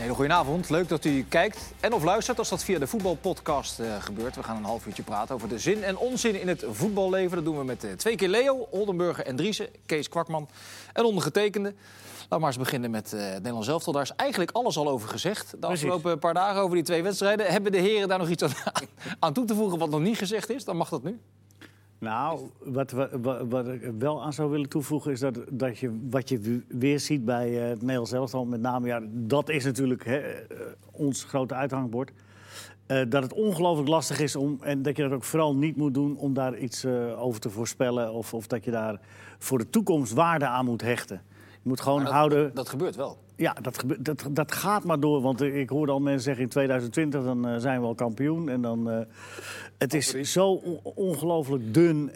Hele goedenavond. Leuk dat u kijkt en of luistert als dat via de voetbalpodcast gebeurt. We gaan een half uurtje praten over de zin en onzin in het voetballeven. Dat doen we met 2 keer Leo, Oldenburger en Driessen, Kees Kwakman en ondergetekende. Laten we maar eens beginnen met het Nederlands elftal. Daar is eigenlijk alles al over gezegd. De afgelopen paar dagen over die 2 wedstrijden. Hebben de heren daar nog iets aan toe te voegen wat nog niet gezegd is? Dan mag dat nu. Nou, wat ik wel aan zou willen toevoegen is dat wat je weer ziet bij het Nederlands elftal, met name, ja, dat is natuurlijk ons grote uithangbord. Dat het ongelooflijk lastig is en dat je dat ook vooral niet moet doen om daar iets over te voorspellen of dat je daar voor de toekomst waarde aan moet hechten. Je moet gewoon houden. Dat gebeurt wel. Ja, dat gaat maar door. Want ik hoorde al mensen zeggen in 2020 dan zijn we al kampioen. En dan, het is zo ongelooflijk dun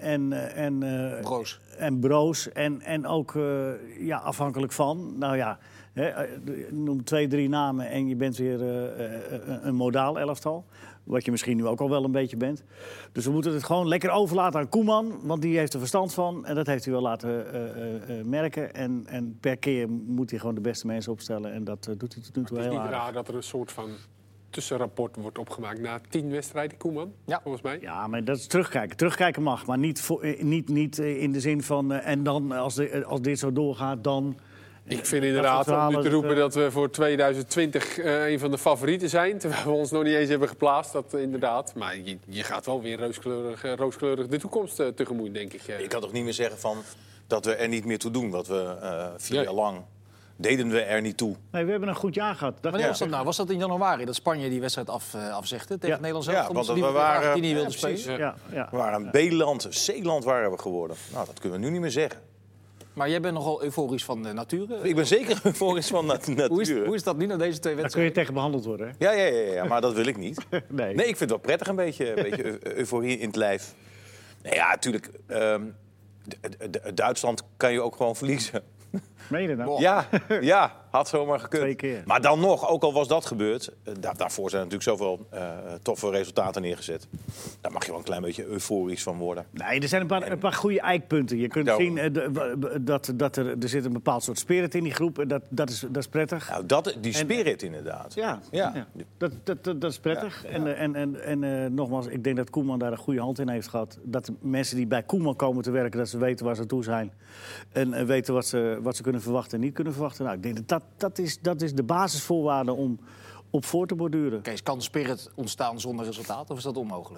en broos. En ook afhankelijk van. Nou ja, noem 2, 3 namen en je bent weer een modaal elftal. Wat je misschien nu ook al wel een beetje bent. Dus we moeten het gewoon lekker overlaten aan Koeman. Want die heeft er verstand van. En dat heeft hij wel laten merken. En per keer moet hij gewoon de beste mensen opstellen. En dat doet hij tot nu toe heel aardig. Het is niet raar dat er een soort van tussenrapport wordt opgemaakt na 10 wedstrijden, Koeman, volgens mij. Ja, maar dat is terugkijken. Terugkijken mag, maar niet in de zin van... en dan, als dit zo doorgaat, dan... Ik vind inderdaad, om nu te roepen dat we voor 2020 een van de favorieten zijn... terwijl we ons nog niet eens hebben geplaatst, dat inderdaad. Maar je gaat wel weer rooskleurig de toekomst tegemoet, denk ik. Je kan toch niet meer zeggen van dat we er niet meer toe doen. Wat we 4 jaar lang deden we er niet toe. Nee, we hebben een goed jaar gehad. Wanneer was dat nou? Was dat in januari dat Spanje die wedstrijd afzegde tegen het Nederlands elftal? Want we waren, die wilde spelen. We waren een B-land, C-land waren we geworden. Nou, dat kunnen we nu niet meer zeggen. Maar jij bent nogal euforisch van de nature. Ik ben zeker euforisch van natuur. Hoe is dat nu na deze 2 wedstrijden? Daar kun je tegen behandeld worden, hè? Ja, maar dat wil ik niet. Nee, ik vind het wel prettig, een beetje euforie in het lijf. Nee, ja, natuurlijk. Duitsland kan je ook gewoon verliezen. Meen je dat? Ja, had zomaar gekund. 2 keer. Maar dan nog, ook al was dat gebeurd... daarvoor zijn natuurlijk zoveel toffe resultaten neergezet. Daar mag je wel een klein beetje euforisch van worden. Nee, er zijn een paar goede eikpunten. Je kunt zien dat er zit een bepaald soort spirit in die groep. En dat is prettig. Nou, die spirit inderdaad. Ja. Dat is prettig. Ja. En nogmaals, ik denk dat Koeman daar een goede hand in heeft gehad. Dat de mensen die bij Koeman komen te werken... dat ze weten waar ze toe zijn. En weten wat ze kunnen verwachten en niet kunnen verwachten. Nou, ik denk dat is de basisvoorwaarde om op voor te borduren. Kees, kan spirit ontstaan zonder resultaat of is dat onmogelijk?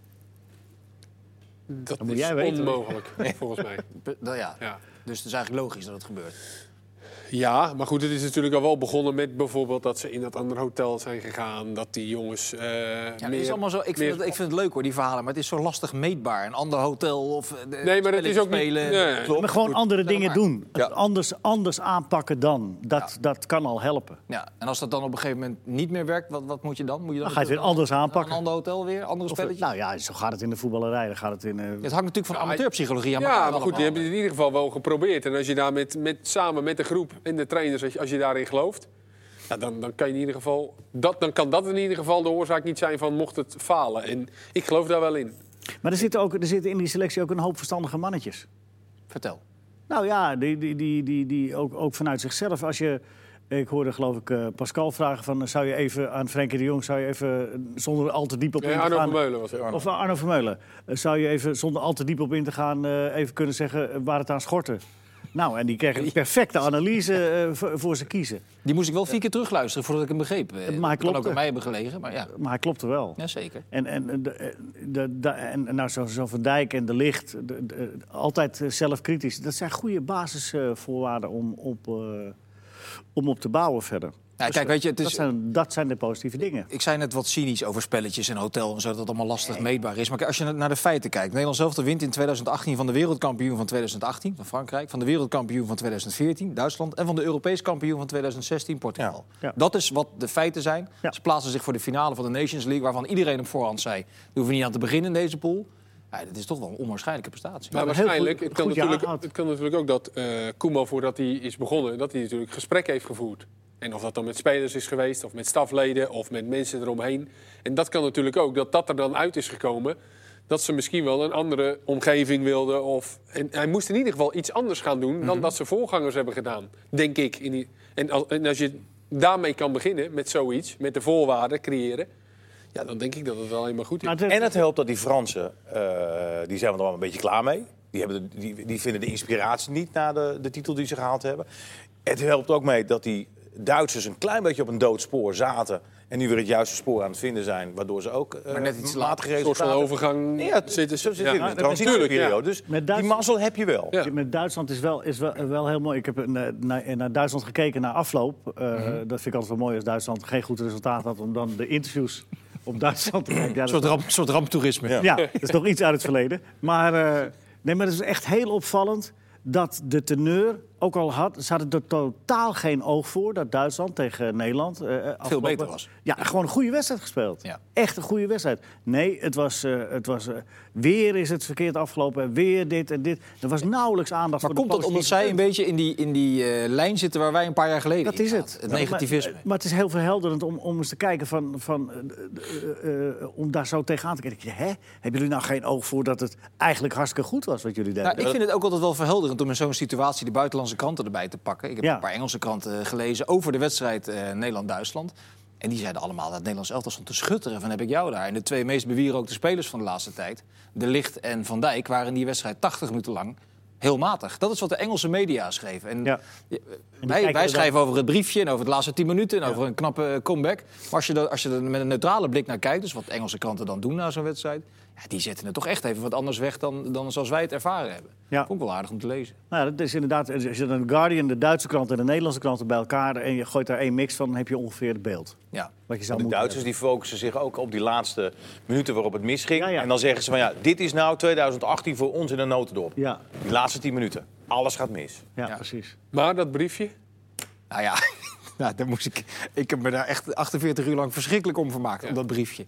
Dat is onmogelijk, volgens mij. Ja. Dus het is eigenlijk logisch dat het gebeurt. Ja, maar goed, het is natuurlijk al wel begonnen met bijvoorbeeld dat ze in dat andere hotel zijn gegaan. Dat die jongens het is allemaal zo. Ik vind het leuk hoor, die verhalen, maar het is zo lastig meetbaar. Een ander hotel of nee, maar dat is ook spelen. Nee. Maar gewoon andere dingen doen. Ja. Anders aanpakken dan. Dat kan al helpen. Ja, en als dat dan op een gegeven moment niet meer werkt, wat moet je dan? Moet je dan ga je het weer anders aanpakken. Een ander hotel weer, andere spelletjes? Nou ja, zo gaat het in de voetballerij. Dan gaat het in. Het hangt natuurlijk van amateurpsychologie aan. Ja, maar goed, die hebben het in ieder geval wel geprobeerd. En als je daar samen met de groep en de trainers, als je daarin gelooft, ja, dan kan je in ieder geval dan kan dat in ieder geval de oorzaak niet zijn van mocht het falen. En ik geloof daar wel in. Maar er zitten in die selectie ook een hoop verstandige mannetjes. Vertel. Nou ja, die ook vanuit zichzelf. Ik hoorde geloof ik Pascal vragen van... zou je even aan Frenkie de Jong... zou je even zonder al te diep op in te gaan... Arno Vermeulen was het. Of Arno Vermeulen. Zou je even zonder al te diep op in te gaan... even kunnen zeggen waar het aan schortte? Nou, en die kregen een perfecte analyse voor ze kiezen. Die moest ik wel 4 keer terugluisteren voordat ik hem begreep. Maar hij klopte. Kan ook aan mij hebben gelegen, maar ja. Maar hij klopte wel. Jazeker. En nou, zo Van Dijk en De Ligt, altijd zelfkritisch. Dat zijn goede basisvoorwaarden om op te bouwen verder. Ja, kijk, weet je, dat zijn de positieve dingen. Ik zei net wat cynisch over spelletjes en hotel en zo, dat het allemaal lastig meetbaar is. Maar als je naar de feiten kijkt. Nederland zelf wint in 2018 van de wereldkampioen van 2018, van Frankrijk. Van de wereldkampioen van 2014, Duitsland. En van de Europees kampioen van 2016, Portugal. Ja. Dat is wat de feiten zijn. Ja. Ze plaatsen zich voor de finale van de Nations League, waarvan iedereen op voorhand zei, daar hoeven we niet aan te beginnen in deze pool. Ja, dat is toch wel een onwaarschijnlijke prestatie. Maar waarschijnlijk, het kan natuurlijk ook dat Koeman, voordat hij is begonnen, dat hij natuurlijk gesprek heeft gevoerd. En of dat dan met spelers is geweest, of met stafleden, of met mensen eromheen. En dat kan natuurlijk ook, dat er dan uit is gekomen, dat ze misschien wel een andere omgeving wilden. En hij moest in ieder geval iets anders gaan doen dan dat zijn voorgangers hebben gedaan, denk ik. En als je daarmee kan beginnen met zoiets, met de voorwaarden creëren, ja, dan denk ik dat het alleen maar goed is. En het helpt dat die Fransen, die zijn er wel een beetje klaar mee. Die vinden de inspiratie niet na de titel die ze gehaald hebben. Het helpt ook mee dat die Duitsers een klein beetje op een dood spoor zaten en nu weer het juiste spoor aan het vinden zijn, waardoor ze ook maar net iets later een soort van overgang zitten in een transitieperiode. Dus die mazzel heb je wel. Ja. Met Duitsland is wel heel mooi. Ik heb naar Duitsland gekeken na afloop. Dat vind ik altijd wel mooi als Duitsland geen goed resultaat had, om dan de interviews op Duitsland te kijken. Ja, een soort ramptoerisme. Ja, dat is nog iets uit het verleden. Maar het is echt heel opvallend dat de teneur, ook al ze hadden er totaal geen oog voor dat Duitsland tegen Nederland veel beter was. Ja, gewoon een goede wedstrijd gespeeld. Ja. Echt een goede wedstrijd. Nee, het was weer is het verkeerd afgelopen. Weer dit en dit. Er was nauwelijks aandacht voor. Maar komt dat omdat zij een beetje in die lijn zitten waar wij een paar jaar geleden dat is het. Het negativisme. Maar het is heel verhelderend om eens te kijken om daar zo tegenaan te kijken. Hebben jullie nou geen oog voor dat het eigenlijk hartstikke goed was wat jullie deden? Nou, ik vind het ook altijd wel verhelderend om in zo'n situatie de buitenlandse kranten erbij te pakken. Ik heb een paar Engelse kranten gelezen over de wedstrijd Nederland-Duitsland. En die zeiden allemaal dat het Nederlands elftal stond te schutteren van heb ik jou daar. En de twee meest bewierookte spelers van de laatste tijd, De Ligt en Van Dijk, waren in die wedstrijd 80 minuten lang heel matig. Dat is wat de Engelse media schreven. En wij schrijven over het briefje en over de laatste 10 minuten en over een knappe comeback. Maar als je er met een neutrale blik naar kijkt, dus wat Engelse kranten dan doen na zo'n wedstrijd, die zetten het toch echt even wat anders weg dan zoals wij het ervaren hebben. Ja. Vond ik wel aardig om te lezen. Nou, dat is inderdaad, als je een Guardian, de Duitse krant en de Nederlandse kranten bij elkaar en je gooit daar één mix van, dan heb je ongeveer het beeld. Ja. Wat je zou de Duitsers die focussen zich ook op die laatste minuten waarop het misging. En dan zeggen ze van dit is nou 2018 voor ons in een notendop. Ja. Die laatste 10 minuten. Alles gaat mis. Ja, precies. Maar dat briefje? Nou ja, daar ik heb me daar echt 48 uur lang verschrikkelijk om vermaakt, om dat briefje.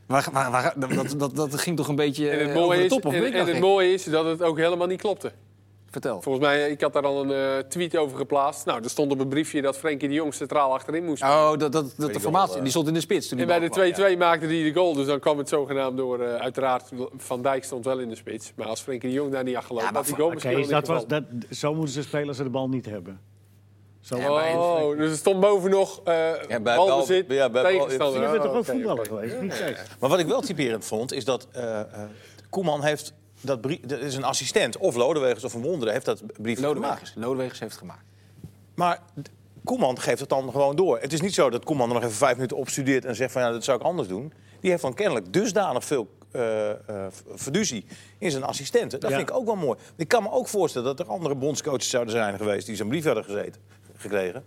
Dat ging toch een beetje over de top? Het mooie is dat het ook helemaal niet klopte. Vertel. Volgens mij, ik had daar al een tweet over geplaatst. Nou, er stond op het briefje dat Frenkie de Jong centraal achterin moest. Oh, de formatie, die stond in de spits. Toen en bij de 2-2 maakte hij de goal. Dus dan kwam het zogenaamd door, uiteraard, Van Dijk stond wel in de spits. Maar als Frenkie de Jong daar niet achterloopt, had die goal misschien zo moeten ze spelers de bal niet hebben. Dus er stond boven nog balbezit, tegenstander. Je bent toch ook voetballer geweest? Maar wat ik wel typerend vond, is dat Koeman heeft dat brief... Er is een assistent, of Lodewegers of een Wonderen, heeft dat brief gemaakt. Lodewegers heeft het gemaakt. Maar Koeman geeft het dan gewoon door. Het is niet zo dat Koeman er nog even 5 minuten opstudeert en zegt van dat zou ik anders doen. Die heeft dan kennelijk dusdanig veel fiducie in zijn assistenten. Dat vind ik ook wel mooi. Ik kan me ook voorstellen dat er andere bondscoaches zouden zijn geweest die zo'n brief hadden gekregen.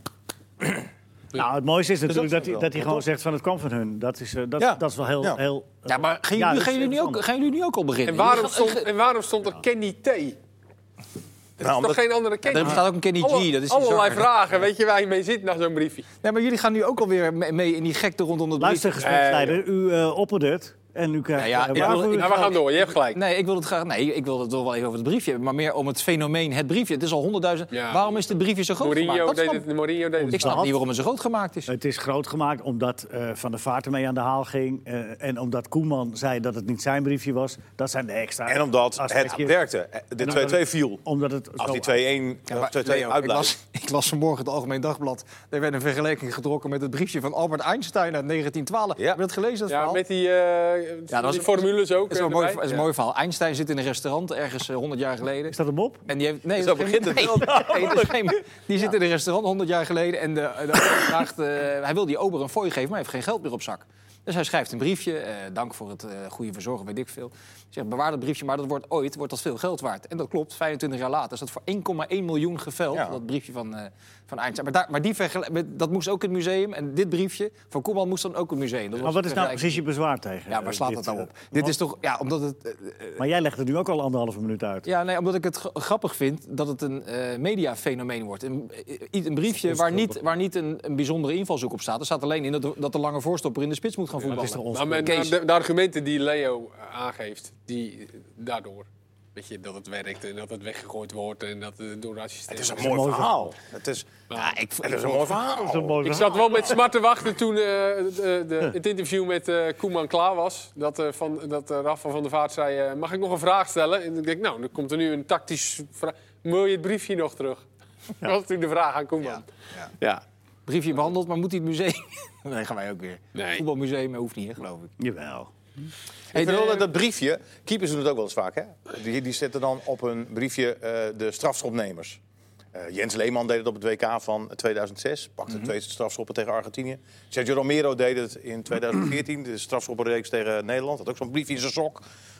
Nou, het mooiste is natuurlijk dat hij gewoon zegt van het kwam van hun. Dat is wel heel... Ja, maar gaan jullie nu ook al beginnen? En waarom stond er Kenny T? Er is toch geen andere Kenny? Er bestaat ook een Kenny G. Dat is allerlei vragen, weet je waar je mee zit na zo'n briefje. Nee, maar jullie gaan nu ook alweer mee in die gekte rondom het briefje. Luister, gespreksleider, u oppert het. En u krijgt... we gaan door, je hebt gelijk. Nee, ik wil het graag. Nee, ik wil het toch wel even over het briefje hebben. Maar meer om het fenomeen, het briefje. Het is al 100.000. Ja. Waarom is dit briefje zo groot gemaakt? Mourinho deed het. Ik snap niet waarom het zo groot gemaakt is. Het is groot gemaakt omdat Van der Vaart ermee aan de haal ging. En omdat Koeman zei dat het niet zijn briefje was. Dat zijn de extra. En omdat het werkte. De 2-2 viel. Omdat het als die 2-1 uitblijft. Ik las vanmorgen het Algemeen Dagblad. Er werd een vergelijking getrokken met het briefje van Albert Einstein uit 1912. Heb je dat gelezen? Dat verhaal? Met die formules ook. Dat is een mooi verhaal. Einstein zit in een restaurant ergens 100 jaar geleden. Is dat een mop? En die heeft, nee, zo begint het wel. Die zit in een restaurant 100 jaar geleden en de ober vraagt, hij wil die ober een fooi geven, maar hij heeft geen geld meer op zak. Dus hij schrijft een briefje, dank voor het goede verzorgen, weet ik veel. Hij zegt, bewaar dat briefje, maar dat wordt dat veel geld waard. En dat klopt, 25 jaar later is dat voor 1,1 miljoen geveld, dat briefje van Einstein. Maar dat moest ook het museum. En dit briefje van Koeman moest dan ook het museum. Maar wat is nou precies je bezwaar tegen? Ja, waar slaat dat nou op? Dit is toch, ja, omdat het... maar jij legt het nu ook al 1,5 minuut uit. Ja, nee, omdat ik het grappig vind dat het een mediafenomeen wordt. Een briefje waar niet een bijzondere invalshoek op staat. Er staat alleen in dat de lange voorstopper in de spits moet gaan voetballen. De argumenten die Leo aangeeft, daardoor... Weet je, dat het werkt en dat het weggegooid wordt en dat door de assistent... Het is een mooi verhaal. Het is een mooi verhaal. Ik zat wel met smart te wachten toen het interview met Koeman klaar was. Dat Rafa van der Vaart zei, mag ik nog een vraag stellen? En ik denk, nou, dan komt er nu een tactisch vraag. Wil je het briefje nog terug? Dat was natuurlijk de vraag aan Koeman. Ja. Briefje behandeld, maar moet hij het museum... Nee, gaan wij ook weer. Nee. Voetbalmuseum hoeft niet, hè, geloof ik. Jawel. Ik vind wel dat briefje, keepers doen het ook wel eens vaak, hè? Die zetten dan op een briefje de strafschopnemers. Jens Leeman deed het op het WK van 2006. Pakte 2 strafschoppen tegen Argentinië. Sergio Romero deed het in 2014. De strafschoppenreeks tegen Nederland. Had ook zo'n briefje in zijn sok.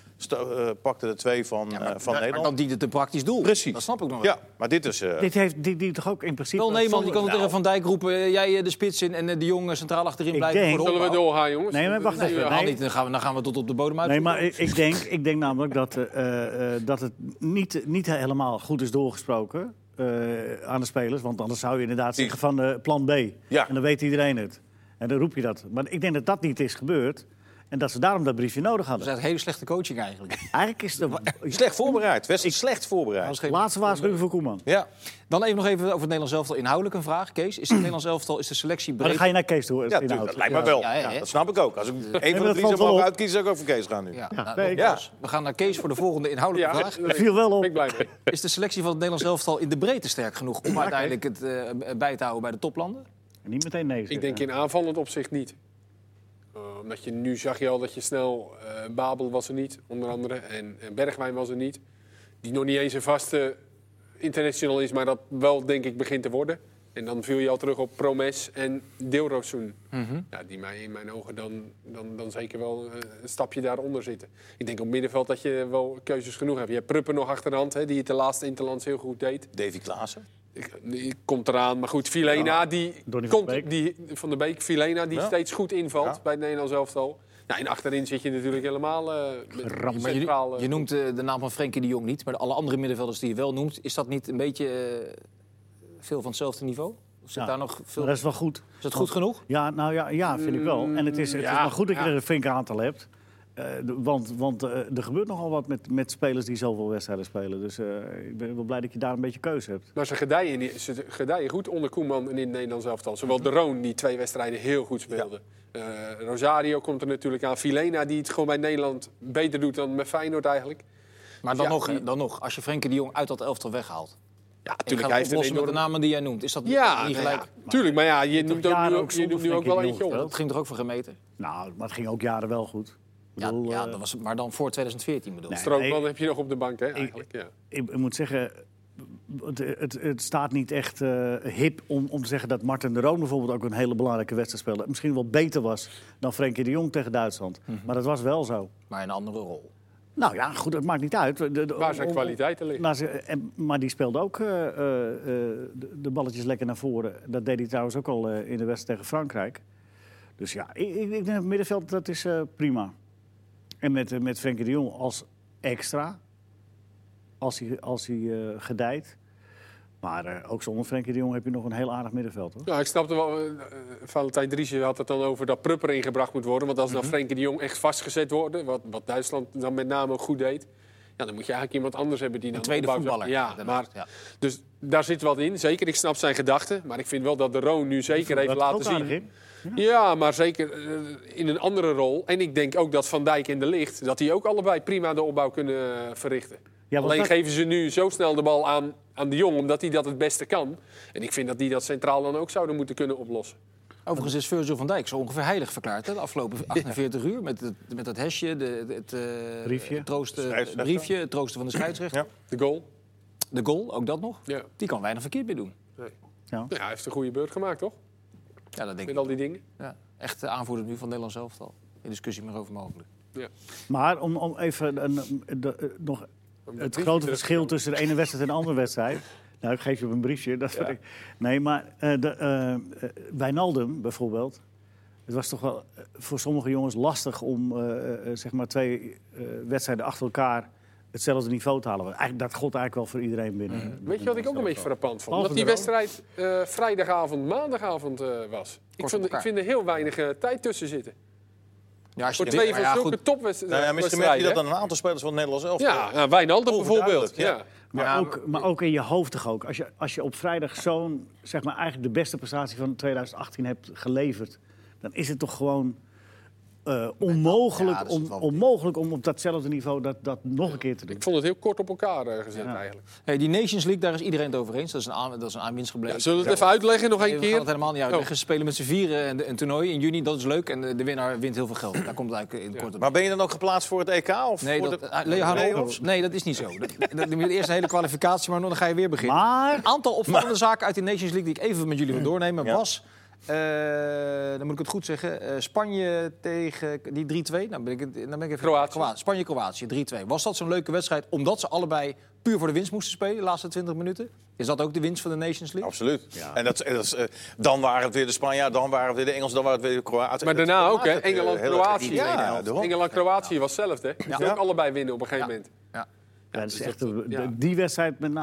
Pakte de 2 van Nederland. Maar dan dient het een praktisch doel. Precies. Dat snap ik nog wel. Ja, maar dit is... Dit heeft die toch ook in principe... Wel, nee, man, je kan tegen Van Dijk roepen... jij de spits in en de jongen centraal achterin blijven denk- voor de Zullen we opbouw. doorgaan, jongens? Nee, maar wacht even. Helemaal Nee. niet. Dan gaan we tot op de bodem uit. Nee, maar ik denk namelijk dat het niet helemaal goed is doorgesproken aan de spelers. Want anders zou je inderdaad zeggen van plan B. Ja. En dan weet iedereen het. En dan roep je dat. Maar ik denk dat dat niet is gebeurd. En dat ze daarom dat briefje nodig Dat hadden. is een hele slechte coaching eigenlijk. Eigenlijk is het Slecht voorbereid. Wesley slecht voorbereid. de laatste waarschuwing voor Koeman. Ja. Dan even nog even over het Nederlands elftal inhoudelijk een vraag. Kees, is het Nederlands elftal, is de selectie Maar dan breed? ga je naar Kees toe. Ja, tuurlijk, dat lijkt me wel. Ja. Dat snap ik ook. Als ik een van de dat 3 valt zou wel mogen op. uitkiezen, zou ik ook voor Kees gaan nu. Ja, Ja, nou, nee, nogmaals, we gaan naar Kees voor de volgende inhoudelijke vraag. Dat viel wel op. Ben ik blij mee. Is de selectie van het Nederlands elftal in de breedte sterk genoeg om uiteindelijk het bij te houden bij de toplanden? Niet meteen nee zeggen. Ik denk in aanvallend opzicht niet. Omdat je nu zag je al dat je snel... Babel was er niet, onder andere. En Bergwijn was er niet. Die nog niet eens een vaste international is, maar dat wel, denk ik, begint te worden. En dan viel je al terug op Promes en Dilrosun. Ja, die mij in mijn ogen dan zeker wel een stapje daaronder zitten. Ik denk op middenveld dat je wel keuzes genoeg hebt. Je hebt Pruppen nog achterhand, hè, die het de laatste interlands heel goed deed. Davy Klaassen. Die komt eraan, maar goed, Vilena, Donny van de Beek. Van de Beek, Vilena, die Ja. steeds goed invalt Ja. bij het Nederlands elftal. Ja, en achterin zit je natuurlijk helemaal Geramd. Maar centraal. je noemt de naam van Frenkie de Jong niet, maar alle andere middenvelders die je wel noemt, is dat niet een beetje veel van hetzelfde niveau? Of zit Ja, daar nog veel? Maar dat is wel goed. Is dat goed genoeg? Ja, nou ja, vind ik wel. En het is maar goed dat je er een flink aantal hebt. Want er gebeurt nogal wat met spelers die zoveel wedstrijden spelen. Dus ik ben wel blij dat je daar een beetje keuze hebt. Maar ze gedijen goed onder Koeman en in het Nederlands elftal. Zowel De Roon, die 2 wedstrijden heel goed speelde. Rosario komt er natuurlijk aan. Vilena, die het gewoon bij Nederland beter doet dan met Feyenoord eigenlijk. Maar Ja, dan nog, als je Frenkie de Jong uit dat elftal weghaalt. Ja, En natuurlijk. gaat Hij heeft een oplossen met de enorm... namen die jij noemt. Is dat Ja, niet gelijk? tuurlijk. Maar ja, je toch noemt jaren ook nu zonder ook Frenkie wel de eentje Jong op. Dat ging er ook voor gemeten. Nou, maar het ging ook jaren wel goed. Ik bedoel, Dat was, maar dan voor 2014 bedoel ik. Nee. Strootman heb je nog op de bank, hè, eigenlijk. Ja. Ik moet zeggen, het staat niet echt hip om te zeggen dat Martin de Roon bijvoorbeeld ook een hele belangrijke wedstrijd speelde. Misschien wel beter was dan Frenkie de Jong tegen Duitsland. Maar dat was wel zo. Maar in een andere rol. Nou ja, goed, het maakt niet uit. Waar zijn kwaliteiten liggen. Maar die speelde ook de balletjes lekker naar voren. Dat deed hij trouwens ook al in de wedstrijd tegen Frankrijk. Dus ja, ik denk het middenveld, dat is prima. En met Frenkie de Jong als extra, als hij gedijt. Maar ook zonder Frenkie de Jong heb je nog een heel aardig middenveld, hoor. Ja, ik snapte wel. Valentijn Driessen had het dan over dat Prupper ingebracht moet worden. Want als dan Frenkie de Jong echt vastgezet wordt, wat Duitsland dan met name ook goed deed. Ja, dan moet je eigenlijk iemand anders hebben die dan Een tweede opbouwt. voetballer. Ja, maar, dus daar zit wat in. Zeker, ik snap zijn gedachten. Maar ik vind wel dat de Roon nu zeker heeft laten zien. Ja, maar zeker in een andere rol. En ik denk ook dat Van Dijk en De Ligt, dat die ook allebei prima de opbouw kunnen verrichten. Ja, Alleen geven ze nu zo snel de bal aan de Jong, omdat hij dat het beste kan. En ik vind dat die dat centraal dan ook zouden moeten kunnen oplossen. Overigens is Virgil van Dijk zo ongeveer heilig verklaard, hè, de afgelopen 48 uur. Met dat hesje, het Briefje. het troosten van de scheidsrechter. Ja. De goal. De goal, ook dat nog. Ja. Die kan weinig verkeerd meer doen. Nee. Ja. Nou ja, hij heeft een goede beurt gemaakt, toch? Ja, dat denk Met ik. al die dingen. Ja. Echt aanvoerder nu van Nederland elftal. Geen discussie meer over mogelijk. Ja. Maar om even nog het grote verschil tussen de ene wedstrijd en de andere wedstrijd. Nou, ik geef je op een briefje. Dat vind ik. Nee, maar Wijnaldum bijvoorbeeld. Het was toch wel voor sommige jongens lastig om zeg maar 2 wedstrijden achter elkaar hetzelfde niveau te halen. Eigenlijk, dat gold eigenlijk wel voor iedereen binnen. Weet je wat ik ook een beetje frappant vond? Behalve Dat die de wedstrijd vrijdagavond, maandagavond was. Ik vind er heel weinig tijd tussen zitten. Ja, als Voor je 2 maar van ja, zulke goed. topwedstrijden. Nou ja, misschien merk je dat aan een aantal spelers van het Nederlands elftal. Ja, nou, Wijnaldum bijvoorbeeld. Overduidelijk, Ja. Maar ook in je hoofd toch ook. Als je op vrijdag zo'n, zeg maar, eigenlijk de beste prestatie van 2018 hebt geleverd, dan is het toch gewoon onmogelijk om op datzelfde niveau dat nog een keer te doen. Ik vond het heel kort op elkaar gezet eigenlijk. Hey, die Nations League, daar is iedereen het over eens. Dat is een aanwinst gebleven. Zullen we het even uitleggen nog één We keer? gaan het helemaal niet uit. Ze spelen met z'n vieren een toernooi in juni. Dat is leuk. En de winnaar wint heel veel geld. Daar komt het eigenlijk in kort op. Maar ben je dan ook geplaatst voor het EK? Of Nee, voor nee, dat is niet zo. Je moet eerst een hele kwalificatie, maar dan ga je weer beginnen. Maar Een aantal opvallende zaken uit de Nations League die ik even met jullie wil doornemen was... dan moet ik het goed zeggen. Spanje tegen die 3-2. Dan ben ik even... Kroatië. Spanje-Kroatië, 3-2. Was dat zo'n leuke wedstrijd omdat ze allebei puur voor de winst moesten spelen, de laatste 20 minuten? Is dat ook de winst van de Nations League? Absoluut. Ja. En dan waren het weer de Spanjaarden, dan waren het weer de Engelsen, dan waren het weer de Kroaten. Maar daarna ook, hè? Engeland-Kroatië. Engeland-Kroatië was hetzelfde, hè? Die ook allebei winnen op een gegeven moment. Ja. dat is echt die wedstrijd met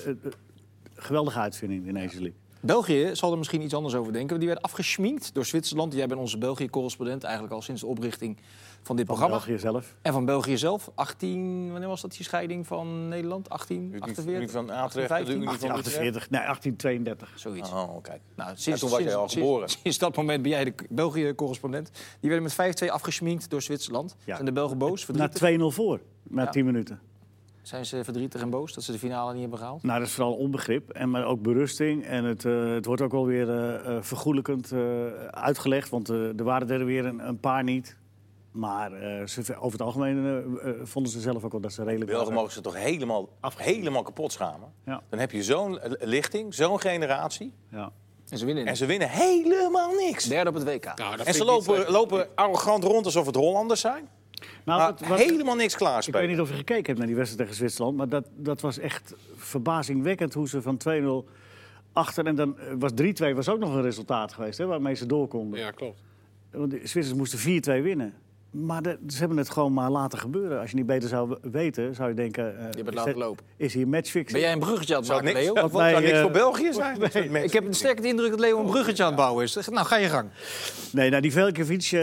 geweldige uitvinding in Nations League. België zal er misschien iets anders over denken. Die werd afgeschminkt door Zwitserland. Jij bent onze België-correspondent eigenlijk al sinds de oprichting van dit programma. België zelf. En van België zelf. 18, wanneer was dat die scheiding van Nederland? 1848? Unie van Atrecht, 1848, nee, 1832. Zoiets. Oh, kijk. Nou, Toen was jij al geboren. Sinds dat moment ben jij de België-correspondent. Die werden met 5-2 afgeschminkt door Zwitserland. Ja. Zijn de Belgen boos? Verdrietig? Na 2-0 voor, na 10 minuten. Zijn ze verdrietig en boos dat ze de finale niet hebben gehaald? Nou, dat is vooral onbegrip, maar ook berusting. En het wordt ook wel weer vergoelijkend uitgelegd, want er waren er weer een paar niet. Maar over het algemeen vonden ze zelf ook wel dat ze redelijk... Belgen mogen ze toch helemaal kapot schamen. Ja. Dan heb je zo'n lichting, zo'n generatie. Ja. En ze winnen Helemaal niks. derde op het WK. Nou, En ze lopen arrogant rond alsof het Hollanders zijn. Nou, Maar helemaal niks ik klaarspelen. weet niet of je gekeken hebt naar die wedstrijd tegen Zwitserland, maar dat was echt verbazingwekkend hoe ze van 2-0 achter... En dan was 3-2 was ook nog een resultaat geweest, hè, waarmee ze door konden. Ja, klopt. Want de Zwitsers moesten 4-2 winnen. Maar ze hebben het gewoon maar laten gebeuren. Als je niet beter zou weten, zou je denken... Je hebt het laten lopen. Is hier matchfixing? Ben jij een bruggetje aan het maken, Leo? Zou niks voor België zijn? Ik heb sterk de indruk dat Leo een bruggetje aan het bouwen is. Nou, ga je gang. Nee, nou, die Veljkovic,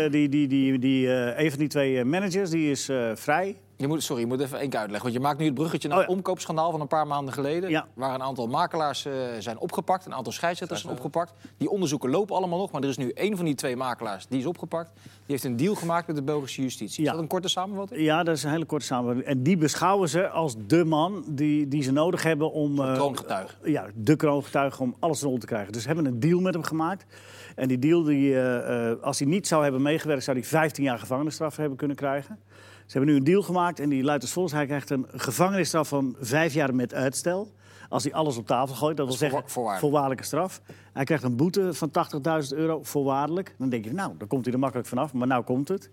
een van die twee managers, die is vrij. Je moet even één keer uitleggen. Want je maakt nu het bruggetje naar het omkoopschandaal van een paar maanden geleden. Ja. Waar een aantal makelaars zijn opgepakt. Een aantal scheidsrechters zijn opgepakt. Die onderzoeken lopen allemaal nog. Maar er is nu één van die twee makelaars die is opgepakt. Die heeft een deal gemaakt met de Belgische justitie. Is dat een korte samenvatting? Ja, dat is een hele korte samenvatting. En die beschouwen ze als de man die ze nodig hebben om... kroongetuige. Ja, de kroongetuige om alles rond te krijgen. Dus ze hebben een deal met hem gemaakt. En die deal, als hij niet zou hebben meegewerkt, zou hij 15 jaar gevangenisstraf hebben kunnen krijgen. Ze hebben nu een deal gemaakt en die luidt als volgt. Hij krijgt een gevangenisstraf van 5 jaar met uitstel. Als hij alles op tafel gooit, dat wil zeggen voorwaardelijke straf. Hij krijgt een boete van €80.000 voorwaardelijk. Dan denk je, nou, dan komt hij er makkelijk vanaf. Maar nou komt het.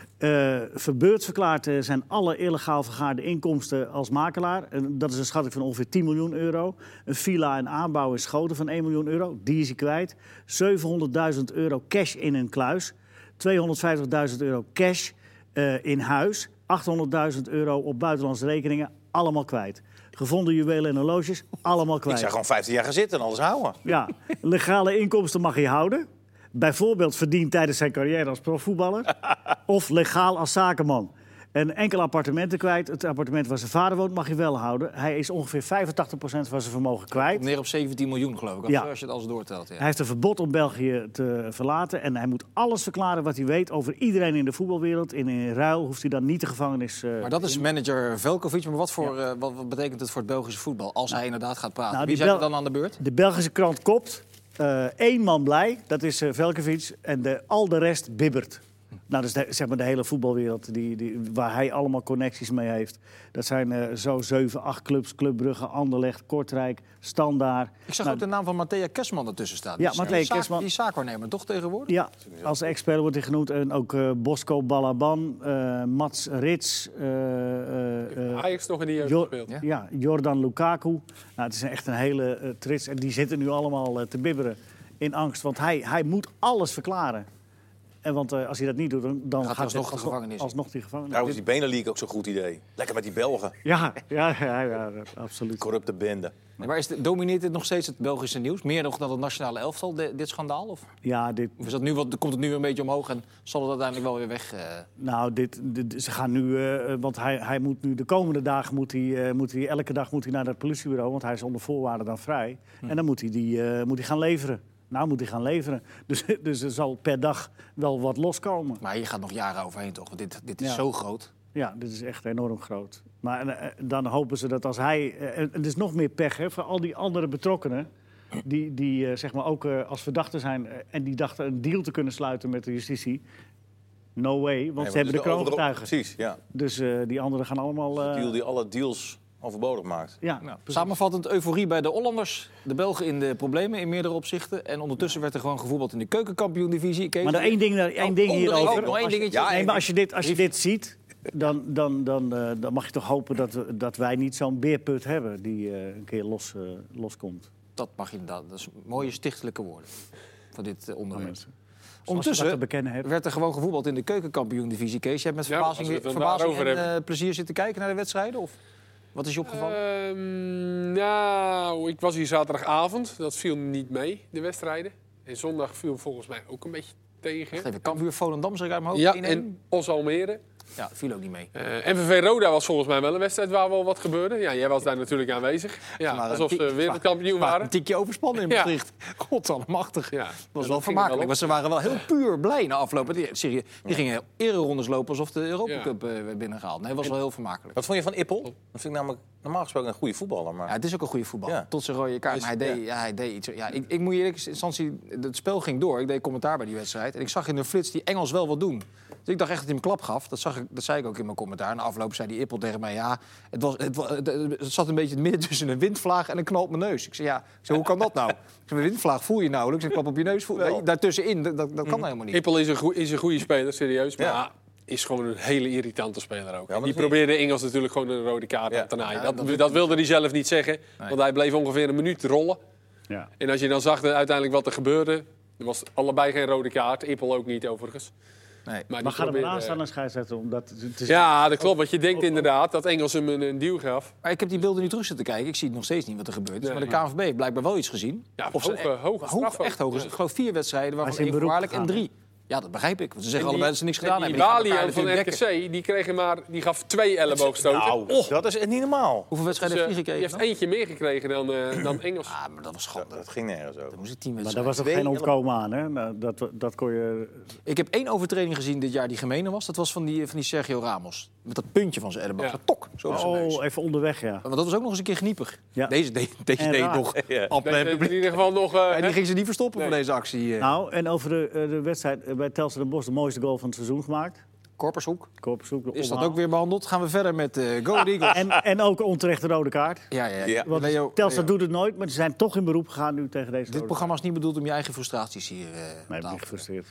Verbeurdsverklaard zijn alle illegaal vergaarde inkomsten als makelaar. En dat is een schatting van ongeveer €10 miljoen. Een villa en aanbouw in Schoten van €1 miljoen. Die is hij kwijt. €700.000 cash in een kluis. €250.000 cash in huis. €800.000 op buitenlandse rekeningen. Allemaal kwijt. Gevonden juwelen en horloges, allemaal kwijt. Ik zou gewoon 15 jaar gaan zitten en alles houden. Ja, legale inkomsten mag hij houden. Bijvoorbeeld verdiend tijdens zijn carrière als profvoetballer. Of legaal als zakenman. En enkele appartementen kwijt. Het appartement waar zijn vader woont mag je wel houden. Hij is ongeveer 85% van zijn vermogen kwijt. Neer op 17 miljoen, geloof ik. Als je het alles doortelt. Ja. Hij heeft een verbod om België te verlaten. En hij moet alles verklaren wat hij weet over iedereen in de voetbalwereld. In ruil hoeft hij dan niet de gevangenis... maar dat is manager Veljkovic. Maar wat betekent het voor het Belgische voetbal als hij inderdaad gaat praten? Nou, wie zijn er dan aan de beurt? De Belgische krant kopt. 1 man blij, dat is Veljkovic. En al de rest bibbert. Nou, dus zeg maar de hele voetbalwereld waar hij allemaal connecties mee heeft. Dat zijn zo 7, 8 clubs. Club Brugge, Anderlecht, Kortrijk, Standaard. Ik zag ook de naam van Matthea Kesman ertussen staan. Ja, Matthea Kesman. Die is zaakwaarnemer, toch tegenwoordig? Ja, als ex-speler wordt hij genoemd. En ook Bosco Balaban, Mats Rits. Ajax nog in die jeugd gespeeld. Ja, Jordan Lukaku. Nou, het is echt een hele trits. En die zitten nu allemaal te bibberen in angst. Want hij moet alles verklaren. En want als hij dat niet doet, dan gaat hij alsnog die gevangenis. Trouwens, die Benelux ook zo'n goed idee. Lekker met die Belgen. Ja, absoluut. Corrupte bende. Nee, maar domineert dit nog steeds het Belgische nieuws? Meer nog dan het nationale elftal, dit schandaal? Of is dat komt het nu een beetje omhoog en zal het uiteindelijk wel weer weg? Nou, ze gaan nu... want hij moet nu de komende dagen elke dag naar dat politiebureau. Want hij is onder voorwaarden dan vrij. En dan moet hij gaan leveren. Nou moet hij gaan leveren. Dus er zal per dag wel wat loskomen. Maar hier gaat nog jaren overheen, toch? Want dit is zo groot. Ja, dit is echt enorm groot. Maar dan hopen ze dat als hij... het is nog meer pech voor al die andere betrokkenen... die zeg maar ook als verdachten zijn... en die dachten een deal te kunnen sluiten met de justitie... No way, want ze hebben de kroongetuigen. Precies, ja. Dus die anderen gaan allemaal... De deal die alle deals overbodig maakt. Ja, samenvattend, euforie bij de Hollanders. De Belgen in de problemen in meerdere opzichten. En ondertussen werd er gewoon gevoetbald in de keukenkampioen-divisie. Maar er één ding hierover. Nog één dingetje. Maar als je dit ziet... Dan mag je toch hopen dat wij niet zo'n beerput hebben... die een keer loskomt. Dat mag je inderdaad. Dat is mooie stichtelijke woorden voor dit onderwerp. Ondertussen werd er gewoon gevoetbald in de keukenkampioen-divisie. Kees, je hebt met verbazing en plezier zitten kijken naar de wedstrijden? Of wat is je opgevallen? Nou, ik was hier zaterdagavond. Dat viel niet mee, de wedstrijden. En zondag viel volgens mij ook een beetje tegen. Even Cambuur Volendam, zeg ik uit mijn hoofd. Ja, en Os Almere. Ja, dat viel ook niet mee. MVV Roda was volgens mij wel een wedstrijd waar wel wat gebeurde. Ja, jij was daar natuurlijk aanwezig. Ja, alsof ze wereldkampioen waren. Een tikje overspannen in Maastricht. Ja. Godallemachtig. Ja, dat was wel vermakelijk. Maar ze waren wel heel puur blij na afloop. Die gingen ererondes lopen alsof de Europa Cup werd binnengehaald. Nee, dat was wel heel vermakelijk. Wat vond je van Ippel? Dat vind ik namelijk normaal gesproken een goede voetballer. Maar... Ja, het is ook een goede voetballer. Ja. Tot zijn rode kaart. Maar hij deed iets. Ja, ik moet je eerlijk instantie... Het spel ging door. Ik deed commentaar bij die wedstrijd. En ik zag in de flits die Engels wel wat doen. Dus ik dacht echt dat hij hem klap gaf. Dat zei ik ook in mijn commentaar. Na afloop zei die Ippel tegen mij... Ja, het zat een beetje midden tussen een windvlaag en een knal op mijn neus. Ik zei, hoe kan dat nou? Ik zei, een windvlaag voel je nauwelijks. Een klap op je neus voel je... Daartussenin, dat kan helemaal niet. Ippel is een goede speler, serieus. Maar is gewoon een hele irritante speler ook. Ja, die probeerde Engels natuurlijk gewoon een rode kaart aan te naaien. Dat wilde hij zelf niet zeggen. Nee. Want hij bleef ongeveer een minuut rollen. Ja. En als je dan zag uiteindelijk wat er gebeurde... Er was allebei geen rode kaart. Ippel ook niet, overigens. Nee. Maar gaat er wel aan staan als scheidsrechter om dat te Ja, dat klopt. Want je denkt inderdaad dat Engels hem een duw gaf. Maar ik heb die beelden nu terug zitten kijken. Ik zie nog steeds niet wat er gebeurt. Nee. Maar de KNVB heeft blijkbaar wel iets gezien. Ja, hoge straf. Echt hoog. Ik geloof 4 wedstrijden, waarvan 1 voorwaardelijk en 3. Ja, dat begrijp ik. Want ze zeggen allebei dat ze niks gedaan hebben. Die Balian van RKC, die gaf 2 elleboogstoten. Nou, dat is niet normaal. Hoeveel wedstrijden heeft hij gekregen? Die heeft eentje meer gekregen dan Engels. Ah, maar dat was schande. Dat ging nergens over. Maar daar was toch geen ontkomen aan, hè? Dat kon je... Ik heb 1 overtreding gezien dit jaar die gemene was. Dat was van die Sergio Ramos. Met dat puntje van zijn elleboog. Ja. Tok. Even onderweg, ja. Want dat was ook nog eens een keer gniepig. Ja. Deze deed nog. In ieder geval nog... En die ging ze niet verstoppen voor deze actie. Nou, en over de wedstrijd bij Telstar Den Bosch, de mooiste goal van het seizoen gemaakt. Korpershoek. Is dat ook weer behandeld? Gaan we verder met Go Eagles. En ook onterechte rode kaart. Ja. Want Telstar doet het nooit, maar ze zijn toch in beroep gegaan nu tegen deze. Dit programma is niet bedoeld om je eigen frustraties hier nee, ik ben gefrustreerd.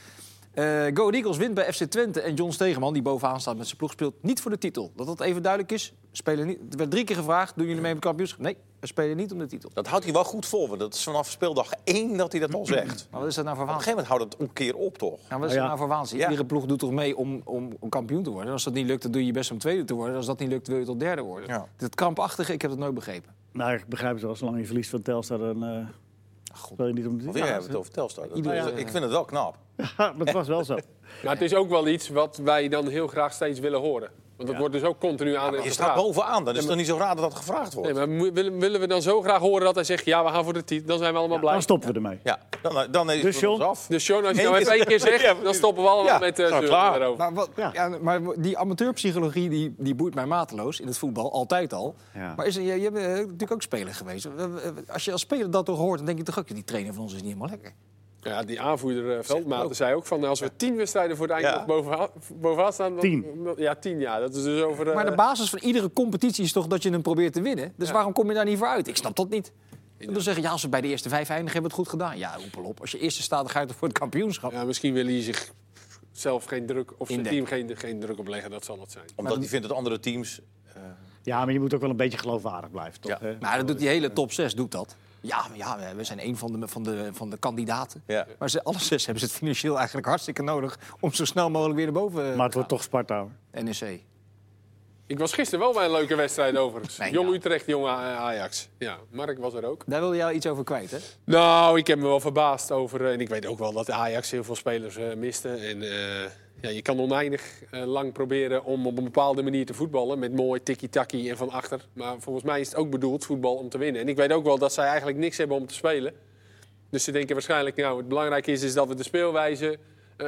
Go Eagles wint bij FC Twente en John Stegeman, die bovenaan staat met zijn ploeg, speelt niet voor de titel. Dat even duidelijk is. Spelen niet. Er werd 3 keer gevraagd, doen jullie mee met kampioenschap? Nee, we spelen niet om de titel. Dat houdt hij wel goed vol, want dat is vanaf speeldag 1 dat hij dat al zegt. Maar wat is dat nou voor waanzin? Op een gegeven moment houdt het een keer op, toch? Nou, wat is dat nou voor waanzin? Iedere ploeg doet toch mee om kampioen te worden. En als dat niet lukt, dan doe je best om tweede te worden. En als dat niet lukt, wil je tot derde worden. Ja. Dat krampachtige, ik heb het nooit begrepen. Nou, ik begrijp het wel. Zolang je verliest van Telstar, dan... wil je niet om de titel. Weer hebben we het over Telstar. Ik vind het wel knap. Ja, dat was wel zo. Maar het is ook wel iets wat wij dan heel graag steeds willen horen. Want dat wordt dus ook continu aan je staat bovenaan, dan is het toch niet zo raar dat dat gevraagd wordt. Nee, maar willen we dan zo graag horen dat hij zegt... ja, we gaan voor de titel, dan zijn we allemaal blij. Dan stoppen we ermee. Ja, dan is het ons af. Dus John, als je nou even 1 keer zegt... dan stoppen we allemaal met klaar erover. Maar die amateurpsychologie die boeit mij mateloos in het voetbal, altijd al. Ja. Maar je bent natuurlijk ook speler geweest. Als je als speler dat toch hoort, dan denk je toch ook... die trainer van ons is niet helemaal lekker. Ja, die aanvoerder Veldmaten zei ook van... als we 10 wedstrijden voor het eind nog bovenaan staan... Dan, 10. Ja, 10 jaar. Dat is dus over... Maar de basis van iedere competitie is toch dat je hem probeert te winnen? Dus waarom kom je daar niet voor uit? Ik snap dat niet. Ik wil zeggen, als we bij de eerste 5 eindigen, hebben we het goed gedaan. Ja, hoepel op. Als je eerste staat, dan ga je toch voor het kampioenschap. Ja, misschien wil hij zich zelf geen druk... of zijn team geen druk opleggen, dat zal het zijn. Omdat hij vindt dat andere teams... Ja, maar je moet ook wel een beetje geloofwaardig blijven, toch? Ja. Maar dat doet die hele top 6 doet dat. Ja, we zijn een van de kandidaten. Ja. Maar alle 6 hebben ze het financieel eigenlijk hartstikke nodig... om zo snel mogelijk weer naar boven te gaan. Maar het wordt toch Sparta, hoor. NEC. Ik was gisteren wel bij een leuke wedstrijd overigens. Jong Utrecht, jong Ajax. Ja, Mark was er ook. Daar wilde jij iets over kwijt, hè? Nou, ik heb me wel verbaasd over... en ik weet ook wel dat Ajax heel veel spelers miste. En je kan oneindig lang proberen om op een bepaalde manier te voetballen... met mooi tikkie-takkie en van achter. Maar volgens mij is het ook bedoeld voetbal om te winnen. En ik weet ook wel dat zij eigenlijk niks hebben om te spelen. Dus ze denken waarschijnlijk, nou, het belangrijke is dat we de speelwijze...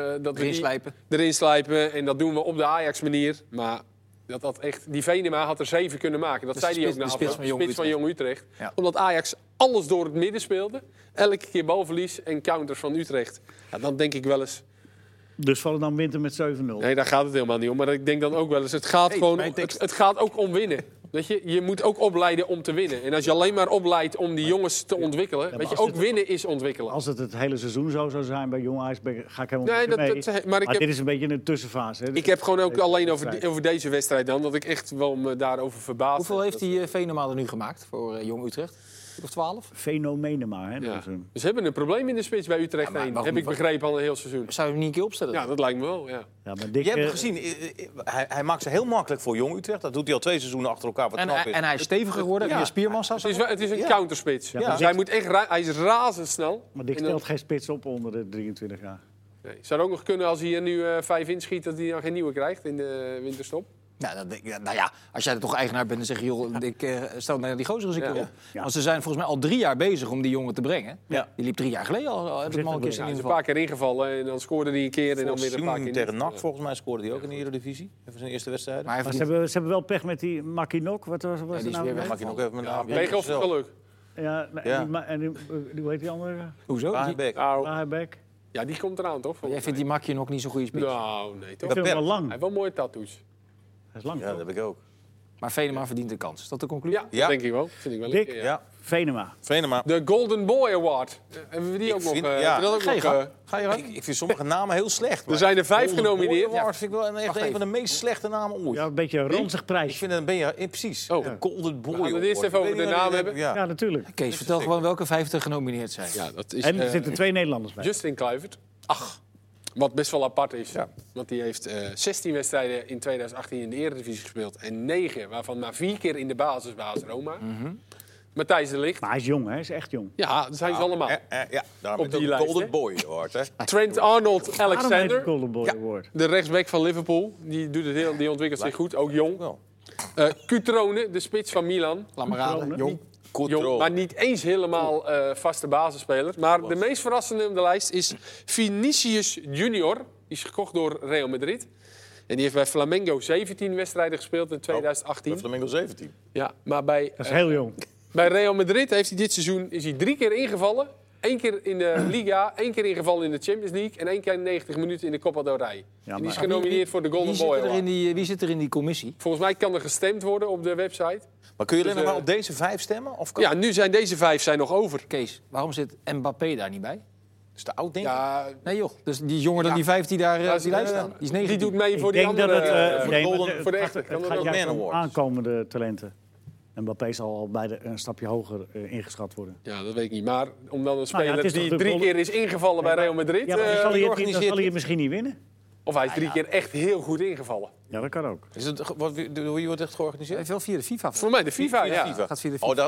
erin slijpen. En dat doen we op de Ajax-manier. Maar dat echt, die Venema had er 7 kunnen maken. Dat zei hij ook na afloop. De spits van Jong Utrecht. Ja. Omdat Ajax alles door het midden speelde. Elke keer balverlies en counters van Utrecht. Ja, dan denk ik wel eens... Dus Volendam wint er met 7-0. Nee, daar gaat het helemaal niet om. Maar ik denk dan ook wel eens, het gaat ook om winnen. Weet je moet ook opleiden om te winnen. En als je alleen maar opleidt om die jongens te ontwikkelen... weet je, ook winnen is ontwikkelen. Als het hele seizoen zo zou zijn bij Jong Ajax, ga ik helemaal mee. Maar dit is een beetje een tussenfase. Hè? Ik heb gewoon ook alleen over deze wedstrijd dan... dat ik echt wel me daarover verbaas. Hoeveel heeft die Venema er nu gemaakt voor Jong Utrecht? Of 12? Fenomenen maar. Hè? Ja. Dus ze hebben een probleem in de spits bij Utrecht 1. Heb ik begrepen al een heel seizoen. Zou je hem niet een keer opstellen? Ja, dat lijkt me wel. Ja. Ja, maar je hebt gezien, hij maakt ze heel makkelijk voor Jong Utrecht. Dat doet hij al 2 seizoenen achter elkaar. Wat knap is. En hij is steviger geworden, meer spiermassa. Het is een counterspits. Ja. Dus hij is razendsnel. Maar Dick stelt geen spits op onder de 23 jaar. Nee. Zou het ook nog kunnen als hij er nu 5 inschiet... dat hij dan geen nieuwe krijgt in de winterstop? Nou ja, als jij er toch eigenaar bent, dan zeg je... joh, ik stel naar die gozer eens een keer op. Ja. Want ze zijn volgens mij al 3 jaar bezig om die jongen te brengen. Ja. Die liep 3 jaar geleden al. Heb ik hem al een keer een paar keer ingevallen en dan scoorde hij een keer en dan weer een paar keer tegen NAC volgens mij scoorde hij ook in de Eredivisie. Even zijn eerste wedstrijd. Maar ze hebben wel pech met die Makinok. Wat was die nou? Makinok even met een pech of geluk? Ja, en hoe heet die andere? Hoezo? Aarbeck. Ja, die komt eraan, toch? Jij vindt die Makinok niet zo'n goede spits? Nou, nee, toch? Ik vind hem wel lang. Hij heeft wel mooie tattoos. Dat is lang, ja, dat heb ik ook. Maar Venema verdient de kans. Is dat de conclusie? Ja, denk ik wel. Vind ik wel Dick, lekker, ja. Venema. De Golden Boy Award. Hebben we die ook nog? Ga je ik vind sommige namen heel slecht. Er zijn er 5 genomineerd. Golden Boy vind ik wel echt een van de meest slechte namen ooit. Ja, een beetje een ranzig prijs. Ik vind het een beetje... Precies. Oh. De Golden Boy. We gaan het eerst even over de naam hebben. Ja, natuurlijk. Kees, vertel gewoon welke 50 genomineerd zijn. Ja, dat is, en er zitten 2 Nederlanders bij. Justin Kluivert. Ach. Wat best wel apart is. Ja. Want die heeft 16 wedstrijden in 2018 in de Eredivisie gespeeld. En 9, waarvan maar 4 keer in de basis bij AS Roma. Matthijs de Ligt. Maar hij is jong, hè? Hij is echt jong. Ja, dat zijn ze allemaal. Ja, daarom op die lijst. Golden Boy Award, hè? Trent Arnold-Alexander. Golden Boy Award. De rechtsback van Liverpool. Die doet het heel, die ontwikkelt zich goed. Ook jong. Cutrone, de spits van Milan. Laat maar raden. Jong, maar niet eens helemaal vaste basisspeler. Maar de meest verrassende op de lijst is Vinicius Junior. Die is gekocht door Real Madrid. En die heeft bij Flamengo 17 wedstrijden gespeeld in 2018. Bij Flamengo 17? Ja, maar bij... Dat is heel jong. Bij Real Madrid heeft hij dit seizoen 3 keer ingevallen. 1 keer in de Liga, 1 keer ingevallen in de Champions League... en 1 keer in 90 minuten in de Copa del Rey. Ja, en die is genomineerd voor de Golden Boy Award. Wie zit er in die commissie? Volgens mij kan er gestemd worden op de website. Maar kun je alleen nog maar op deze 5 stemmen? Of ja, nu zijn deze 5 nog over. Kees, waarom zit Mbappé daar niet bij? Is te oud, denk ik? Ja, nee joh. Dus die is jonger dan die 5 die daar die lijst staan. Die is 19. Die doet mee voor die andere... voor de echte. Het gaat juist om aankomende talenten. Mbappé zal al bij een stapje hoger ingeschat worden. Ja, dat weet ik niet. Maar om dan een speler die 3 keer is ingevallen bij Real Madrid... Ja, maar dan zal hij het misschien niet winnen. Of hij is 3 keer echt heel goed ingevallen. Ja, dat kan ook. Is het, hoe wordt het georganiseerd? Hij wel via de FIFA. Voor mij de FIFA, ja. Gaat via de FIFA.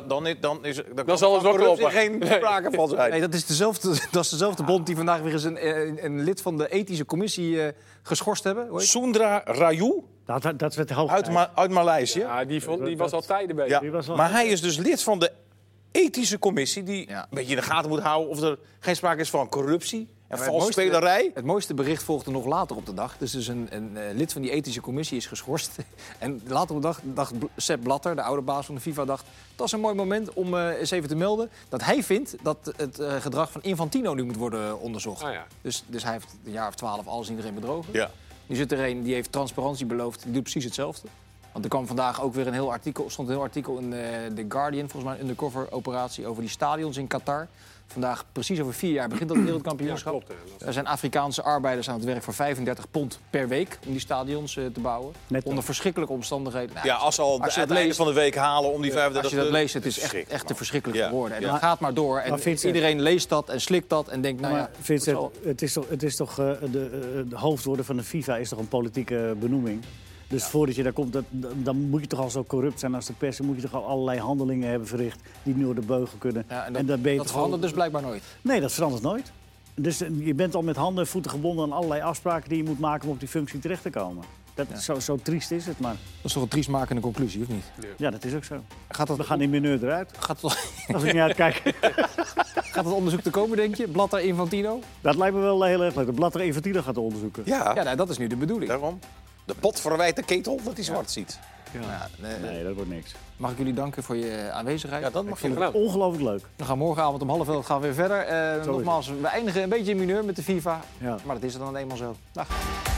Dan zal het wel kloppen. Geen sprake van zijn. Nee, dat is dezelfde bond die vandaag weer eens een lid van de ethische commissie geschorst hebben. Sundra Raju. Dat is het hoofd. Uit Maleisië. Ja, die was al tijden bezig. Ja. Maar hij is dus lid van de ethische commissie die een beetje in de gaten moet houden of er geen sprake is van corruptie. En valse spelerij. Het mooiste bericht volgde nog later op de dag. Dus een lid van die ethische commissie is geschorst. En later op de dag dacht Sepp Blatter, de oude baas van de FIFA, dacht... dat is een mooi moment om eens even te melden dat hij vindt dat het gedrag van Infantino nu moet worden onderzocht. Ah, ja. Dus hij heeft een jaar of 12 alles iedereen bedrogen. Ja. Nu zit er een die heeft transparantie beloofd, die doet precies hetzelfde. Want er kwam vandaag ook weer een heel artikel in The Guardian, volgens mij een undercover operatie over die stadions in Qatar. Vandaag, precies over 4 jaar, begint dat wereldkampioenschap. Ja, klopt, er zijn Afrikaanse arbeiders aan het werk voor 35 pond per week om die stadions te bouwen. Onder verschrikkelijke omstandigheden. Nou, als ze al het einde van de week halen om die 35... Als je dat leest, het is echt te verschrikkelijk geworden. En dat gaat maar door. En iedereen leest dat en slikt dat en denkt, nou ja... Vincent, het is toch de hoofdwoorden van de FIFA is toch een politieke benoeming? Dus voordat je daar komt, dan moet je toch al zo corrupt zijn als de pers. Dan moet je toch al allerlei handelingen hebben verricht die niet door de beugel kunnen. Ja, en dat verandert dus blijkbaar nooit? Nee, dat verandert nooit. Dus je bent al met handen en voeten gebonden aan allerlei afspraken die je moet maken om op die functie terecht te komen. Zo triest is het, maar... Dat is toch een triestmakende conclusie, of niet? Ja, dat is ook zo. We gaan in mineur eruit. Gaat het... Als ik niet uitkijk. gaat het onderzoek te komen, denk je? Blatter Infantino? Dat lijkt me wel heel erg leuk. De Blatter Infantino gaat onderzoeken. Ja, Ja, nou, dat is nu de bedoeling. daarom. De pot verwijt de ketel dat hij zwart ziet. Ja. Nee, dat wordt niks. Mag ik jullie danken voor je aanwezigheid? Ja, dat mag je gedaan. Ongelooflijk leuk. We gaan morgenavond om 11:30 gaan we weer verder. Nogmaals, we eindigen een beetje in mineur met de FIFA. Ja. Maar dat is er dan eenmaal zo. Dag.